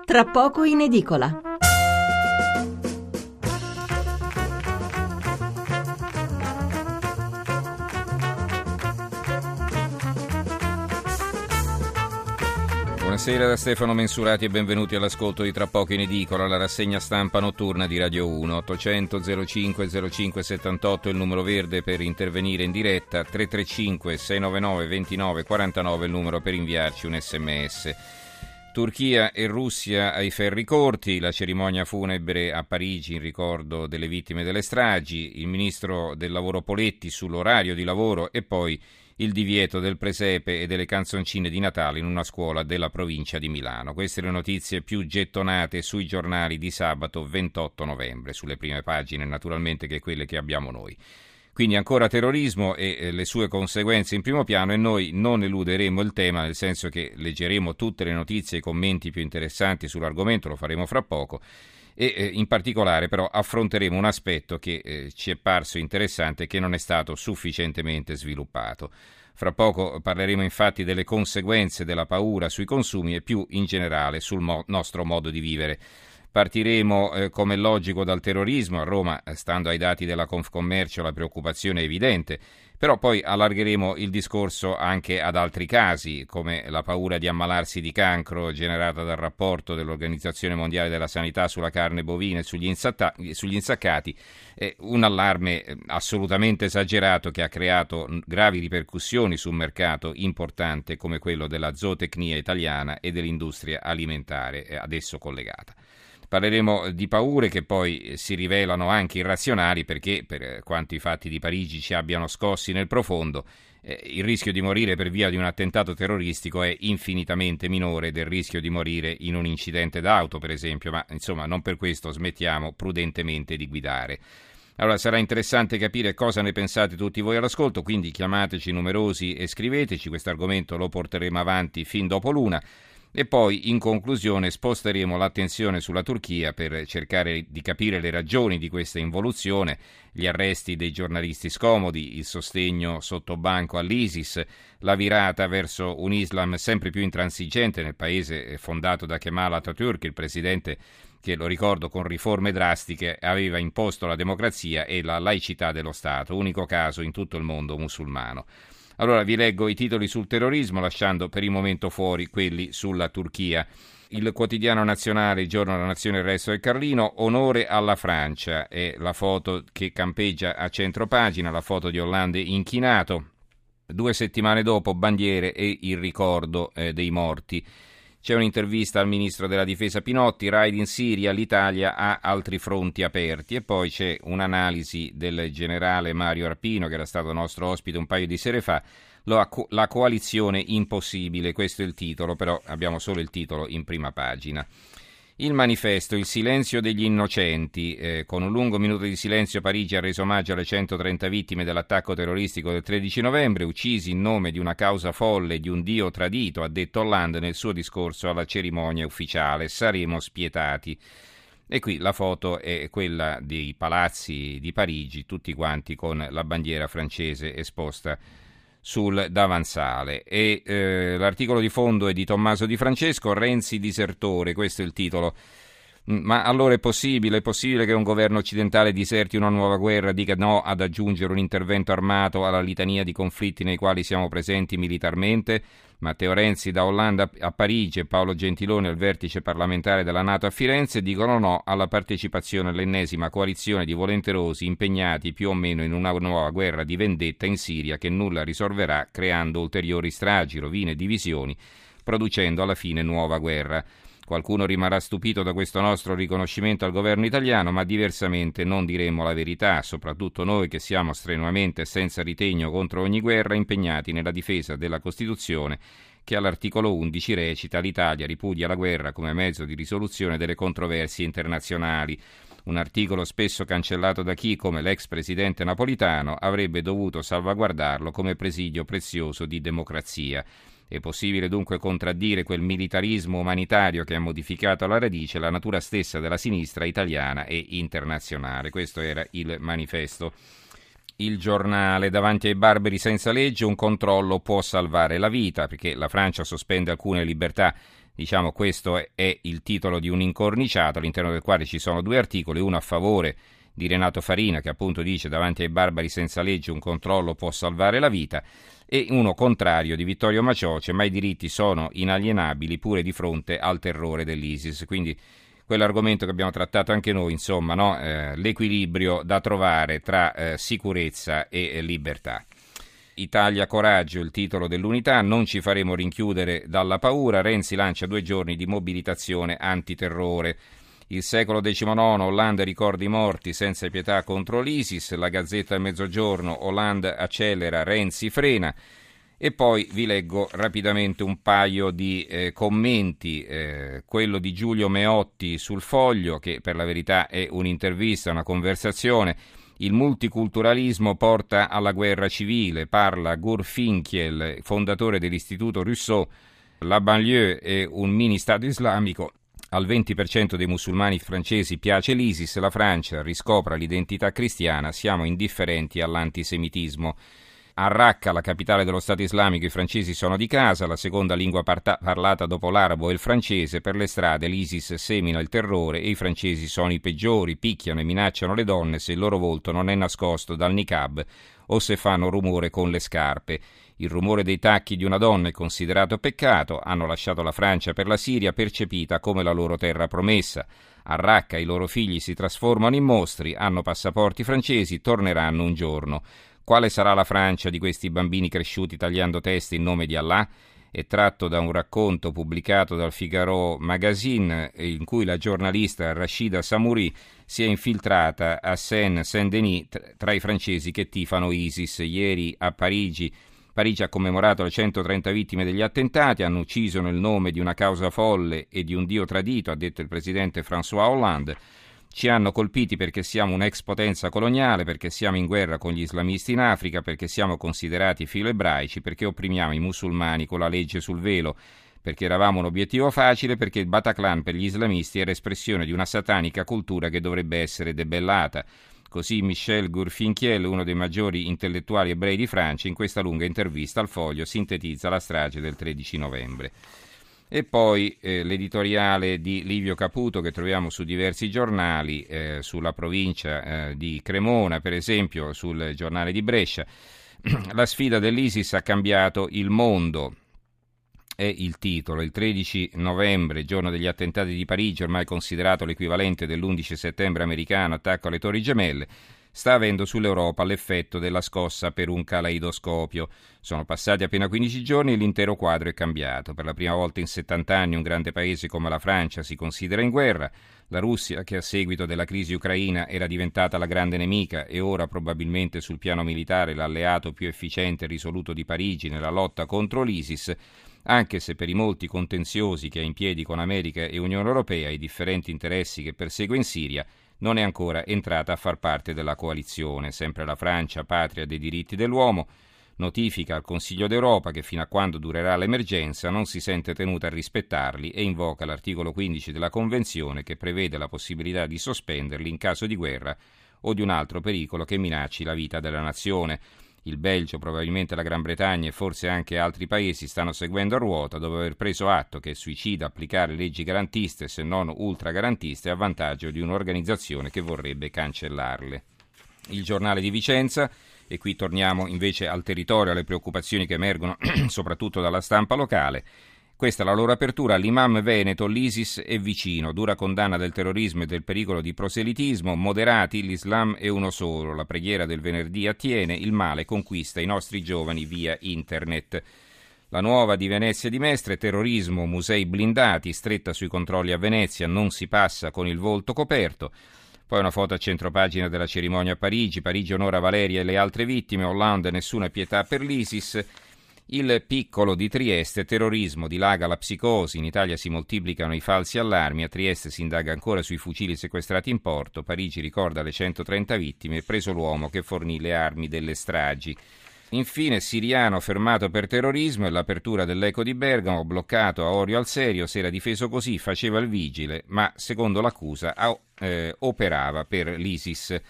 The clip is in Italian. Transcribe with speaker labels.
Speaker 1: tra poco in edicola.
Speaker 2: Buonasera da Stefano Mensurati e benvenuti all'ascolto di Tra poco in edicola, la rassegna stampa notturna di Radio 1. 800 05 05 78 è il numero verde per intervenire in diretta, 335 699 29 49 è il numero per inviarci un sms. Turchia e Russia ai ferri corti, la cerimonia funebre a Parigi in ricordo delle vittime delle stragi, il ministro del lavoro Poletti sull'orario di lavoro e poi il divieto del presepe e delle canzoncine di Natale in una scuola della provincia di Milano. Queste le notizie più gettonate sui giornali di sabato 28 novembre, sulle prime pagine naturalmente, che quelle che abbiamo noi. Quindi ancora terrorismo e le sue conseguenze in primo piano, e noi non eluderemo il tema, nel senso che leggeremo tutte le notizie e i commenti più interessanti sull'argomento, lo faremo fra poco, e in particolare però affronteremo un aspetto che ci è parso interessante e che non è stato sufficientemente sviluppato. Fra poco parleremo infatti delle conseguenze della paura sui consumi e più in generale sul nostro modo di vivere. Partiremo, come è logico, dal terrorismo. A Roma, stando ai dati della Confcommercio, la preoccupazione è evidente, però poi allargheremo il discorso anche ad altri casi, come la paura di ammalarsi di cancro generata dal rapporto dell'Organizzazione Mondiale della Sanità sulla carne bovina e sugli insaccati, un allarme assolutamente esagerato che ha creato gravi ripercussioni su un mercato importante come quello della zootecnia italiana e dell'industria alimentare ad esso collegata. Parleremo di paure che poi si rivelano anche irrazionali perché, per quanto i fatti di Parigi ci abbiano scossi nel profondo, il rischio di morire per via di un attentato terroristico è infinitamente minore del rischio di morire in un incidente d'auto, per esempio, ma insomma non per questo smettiamo prudentemente di guidare. Allora sarà interessante capire cosa ne pensate tutti voi all'ascolto, quindi chiamateci numerosi e scriveteci, questo argomento lo porteremo avanti fin dopo l'una. E poi, in conclusione, sposteremo l'attenzione sulla Turchia per cercare di capire le ragioni di questa involuzione, gli arresti dei giornalisti scomodi, il sostegno sotto banco all'ISIS, la virata verso un Islam sempre più intransigente nel paese fondato da Kemal Atatürk, il presidente che, lo ricordo, con riforme drastiche aveva imposto la democrazia e la laicità dello Stato, unico caso in tutto il mondo musulmano. Allora vi leggo i titoli sul terrorismo, lasciando per il momento fuori quelli sulla Turchia. Il quotidiano nazionale, il giorno della nazione, il resto del Carlino, onore alla Francia, è la foto che campeggia a centropagina, la foto di Hollande inchinato. 2 settimane dopo, bandiere e il ricordo dei morti. C'è un'intervista al ministro della difesa Pinotti, raid in Siria, l'Italia ha altri fronti aperti, e poi c'è un'analisi del generale Mario Arpino, che era stato nostro ospite un paio di sere fa, la coalizione impossibile, questo è il titolo, però abbiamo solo il titolo in prima pagina. Il manifesto, il silenzio degli innocenti, con un lungo minuto di silenzio Parigi ha reso omaggio alle 130 vittime dell'attacco terroristico del 13 novembre, uccisi in nome di una causa folle e di un Dio tradito, ha detto Hollande nel suo discorso alla cerimonia ufficiale, saremo spietati. E qui la foto è quella dei palazzi di Parigi, tutti quanti con la bandiera francese esposta sul davanzale. E l'articolo di fondo è di Tommaso Di Francesco, Renzi disertore, questo è il titolo. Ma allora è possibile che un governo occidentale diserti una nuova guerra, dica no ad aggiungere un intervento armato alla litania di conflitti nei quali siamo presenti militarmente? Matteo Renzi da Hollande a Parigi e Paolo Gentiloni al vertice parlamentare della NATO a Firenze dicono no alla partecipazione all'ennesima coalizione di volenterosi impegnati più o meno in una nuova guerra di vendetta in Siria che nulla risolverà, creando ulteriori stragi, rovine e divisioni, producendo alla fine nuova guerra. Qualcuno rimarrà stupito da questo nostro riconoscimento al governo italiano, ma diversamente non diremmo la verità, soprattutto noi che siamo strenuamente e senza ritegno contro ogni guerra impegnati nella difesa della Costituzione che all'articolo 11 recita «L'Italia ripudia la guerra come mezzo di risoluzione delle controversie internazionali». Un articolo spesso cancellato da chi, come l'ex presidente Napolitano, avrebbe dovuto salvaguardarlo come presidio prezioso di democrazia. È possibile dunque contraddire quel militarismo umanitario che ha modificato alla radice la natura stessa della sinistra italiana e internazionale. Questo era il manifesto. Il Giornale, davanti ai barbari senza legge un controllo può salvare la vita, perché la Francia sospende alcune libertà Diciamo, questo è il titolo di un incorniciato all'interno del quale ci sono 2 articoli, uno a favore di Renato Farina, che appunto dice davanti ai barbari senza legge un controllo può salvare la vita, e uno contrario di Vittorio Macioce, ma i diritti sono inalienabili pure di fronte al terrore dell'ISIS. Quindi quell'argomento che abbiamo trattato anche noi, insomma, no? L'equilibrio da trovare tra sicurezza e libertà. Italia coraggio, il titolo dell'unità, non ci faremo rinchiudere dalla paura, Renzi lancia 2 giorni di mobilitazione antiterrore. Il secolo XIX, Hollande ricorda i morti senza pietà contro l'ISIS, la Gazzetta del Mezzogiorno, Hollande accelera, Renzi frena. E poi vi leggo rapidamente un paio di commenti, quello di Giulio Meotti sul Foglio, che per la verità è un'intervista, una conversazione. Il multiculturalismo porta alla guerra civile, parla Gurfinkiel, fondatore dell'Istituto Rousseau. La banlieue è un mini Stato islamico. Al 20% dei musulmani francesi piace l'ISIS, la Francia riscopra l'identità cristiana, siamo indifferenti all'antisemitismo. A Raqqa, la capitale dello Stato islamico, i francesi sono di casa, la seconda lingua parlata dopo l'arabo è il francese, per le strade l'ISIS semina il terrore e i francesi sono i peggiori, picchiano e minacciano le donne se il loro volto non è nascosto dal niqab o se fanno rumore con le scarpe. Il rumore dei tacchi di una donna è considerato peccato, hanno lasciato la Francia per la Siria percepita come la loro terra promessa. A Raqqa i loro figli si trasformano in mostri, hanno passaporti francesi, torneranno un giorno. Quale sarà la Francia di questi bambini cresciuti tagliando teste in nome di Allah? È tratto da un racconto pubblicato dal Figaro Magazine in cui la giornalista Rashida Samouri si è infiltrata a Saint-Denis tra i francesi che tifano ISIS. Ieri a Parigi ha commemorato le 130 vittime degli attentati, hanno ucciso nel nome di una causa folle e di un Dio tradito, ha detto il presidente François Hollande. Ci hanno colpiti perché siamo un'ex potenza coloniale, perché siamo in guerra con gli islamisti in Africa, perché siamo considerati filo-ebraici, perché opprimiamo i musulmani con la legge sul velo, perché eravamo un obiettivo facile, perché il Bataclan per gli islamisti era espressione di una satanica cultura che dovrebbe essere debellata. Così Michel Gurfinkiel, uno dei maggiori intellettuali ebrei di Francia, in questa lunga intervista al Foglio sintetizza la strage del 13 novembre. E poi l'editoriale di Livio Caputo che troviamo su diversi giornali, sulla provincia di Cremona, per esempio, sul giornale di Brescia. La sfida dell'ISIS ha cambiato il mondo, è il titolo. Il 13 novembre, giorno degli attentati di Parigi, ormai considerato l'equivalente dell'11 settembre americano, attacco alle Torri Gemelle, sta avendo sull'Europa l'effetto della scossa per un caleidoscopio. Sono passati appena 15 giorni e l'intero quadro è cambiato. Per la prima volta in 70 anni un grande paese come la Francia si considera in guerra. La Russia, che a seguito della crisi ucraina era diventata la grande nemica e ora probabilmente sul piano militare l'alleato più efficiente e risoluto di Parigi nella lotta contro l'ISIS, anche se per i molti contenziosi che ha in piedi con America e Unione Europea e i differenti interessi che persegue in Siria, non è ancora entrata a far parte della coalizione. Sempre la Francia, patria dei diritti dell'uomo, notifica al Consiglio d'Europa che fino a quando durerà l'emergenza non si sente tenuta a rispettarli e invoca l'articolo 15 della Convenzione che prevede la possibilità di sospenderli in caso di guerra o di un altro pericolo che minacci la vita della nazione. Il Belgio, probabilmente la Gran Bretagna e forse anche altri paesi stanno seguendo a ruota dopo aver preso atto che è suicida applicare leggi garantiste, se non ultragarantiste, a vantaggio di un'organizzazione che vorrebbe cancellarle. Il giornale di Vicenza, e qui torniamo invece al territorio, alle preoccupazioni che emergono soprattutto dalla stampa locale. Questa è la loro apertura. L'imam veneto, l'ISIS è vicino, dura condanna del terrorismo e del pericolo di proselitismo, moderati, l'Islam è uno solo, la preghiera del venerdì attiene, il male conquista i nostri giovani via internet. La nuova di Venezia di Mestre, terrorismo, musei blindati, stretta sui controlli a Venezia, non si passa con il volto coperto. Poi una foto a centropagina della cerimonia a Parigi, Parigi onora Valeria e le altre vittime, Hollande nessuna pietà per l'ISIS. Il piccolo di Trieste, terrorismo, dilaga la psicosi, in Italia si moltiplicano i falsi allarmi, a Trieste si indaga ancora sui fucili sequestrati in porto, Parigi ricorda le 130 vittime e preso l'uomo che fornì le armi delle stragi. Infine, siriano fermato per terrorismo e l'apertura dell'Eco di Bergamo, bloccato a Orio al Serio, si era difeso così, faceva il vigile, ma secondo l'accusa operava per l'ISIS.